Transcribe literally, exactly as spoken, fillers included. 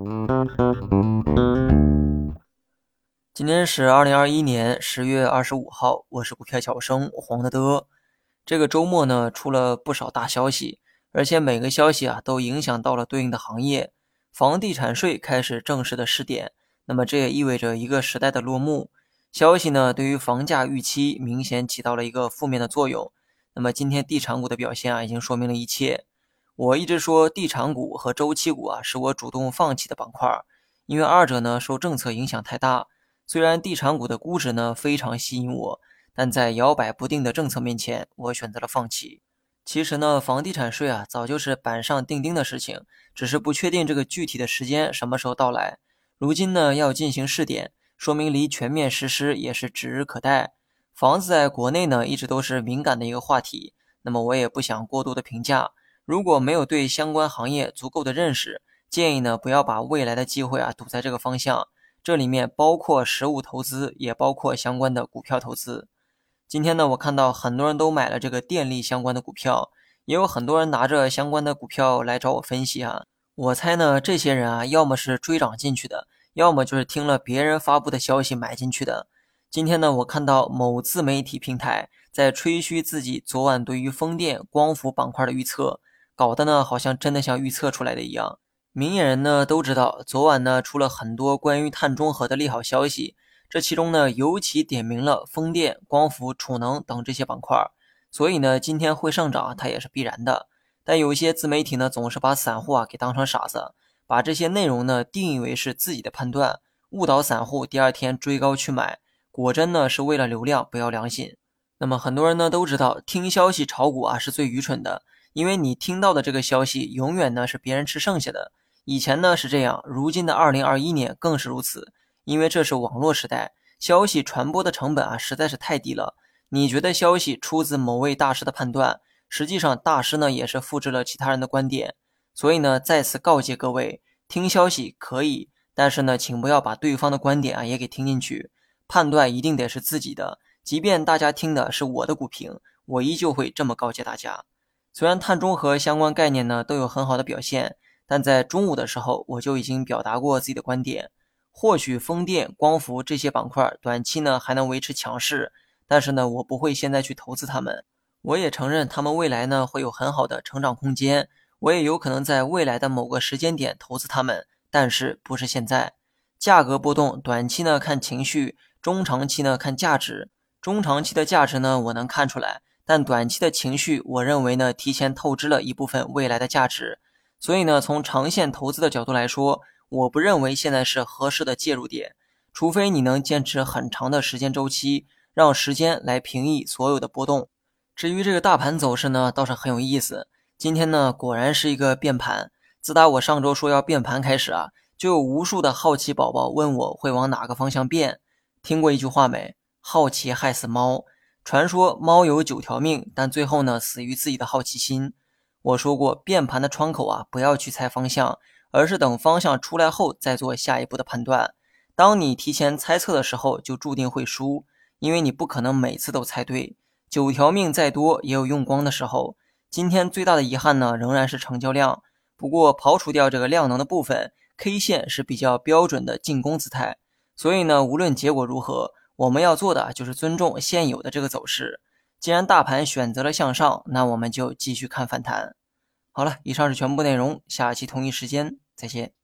今天是二零二一年十月二十五号，我是股票小生黄德德。这个周末呢，出了不少大消息，而且每个消息啊都影响到了对应的行业。房地产税开始正式的试点，那么这也意味着一个时代的落幕。消息呢，对于房价预期明显起到了一个负面的作用。那么今天地产股的表现啊，已经说明了一切。我一直说地产股和周期股啊，是我主动放弃的板块，因为二者呢受政策影响太大。虽然地产股的估值呢非常吸引我，但在摇摆不定的政策面前，我选择了放弃。其实呢，房地产税啊早就是板上钉钉的事情，只是不确定这个具体的时间什么时候到来。如今呢要进行试点，说明离全面实施也是指日可待。房子在国内呢一直都是敏感的一个话题，那么我也不想过多的评价。如果没有对相关行业足够的认识，建议呢不要把未来的机会啊赌在这个方向。这里面包括实物投资，也包括相关的股票投资。今天呢，我看到很多人都买了这个电力相关的股票，也有很多人拿着相关的股票来找我分析啊。我猜呢，这些人啊，要么是追涨进去的，要么就是听了别人发布的消息买进去的。今天呢，我看到某自媒体平台在吹嘘自己昨晚对于风电、光伏板块的预测，搞得呢，好像真的像预测出来的一样。明眼人呢都知道，昨晚呢出了很多关于碳中和的利好消息，这其中呢尤其点名了风电、光伏、储能等这些板块，所以呢今天会上涨它也是必然的。但有一些自媒体呢总是把散户啊给当成傻子，把这些内容呢定义为是自己的判断，误导散户第二天追高去买，果真呢是为了流量不要良心。那么很多人呢都知道，听消息炒股啊是最愚蠢的，因为你听到的这个消息永远呢是别人吃剩下的。以前呢是这样，如今的二零二一年更是如此，因为这是网络时代，消息传播的成本啊实在是太低了。你觉得消息出自某位大师的判断，实际上大师呢也是复制了其他人的观点。所以呢再次告诫各位，听消息可以，但是呢请不要把对方的观点啊也给听进去，判断一定得是自己的，即便大家听的是我的股评，我依旧会这么告诫大家。虽然碳中和相关概念呢都有很好的表现，但在中午的时候我就已经表达过自己的观点，或许风电、光伏这些板块短期呢还能维持强势，但是呢我不会现在去投资它们。我也承认他们未来呢会有很好的成长空间，我也有可能在未来的某个时间点投资它们，但是不是现在。价格波动，短期呢看情绪，中长期呢看价值。中长期的价值呢我能看出来，但短期的情绪我认为呢提前透支了一部分未来的价值。所以呢，从长线投资的角度来说，我不认为现在是合适的介入点，除非你能坚持很长的时间周期，让时间来平抑所有的波动。至于这个大盘走势呢，倒是很有意思。今天呢，果然是一个变盘。自打我上周说要变盘开始啊，就有无数的好奇宝宝问我会往哪个方向变。听过一句话没？好奇害死猫。传说猫有九条命，但最后呢，死于自己的好奇心。我说过，变盘的窗口啊，不要去猜方向，而是等方向出来后再做下一步的判断。当你提前猜测的时候，就注定会输，因为你不可能每次都猜对。九条命再多，也有用光的时候。今天最大的遗憾呢，仍然是成交量。不过刨除掉这个量能的部分 ，K 线是比较标准的进攻姿态。所以呢，无论结果如何，我们要做的就是尊重现有的这个走势。既然大盘选择了向上，那我们就继续看反弹。好了，以上是全部内容，下期同一时间再见。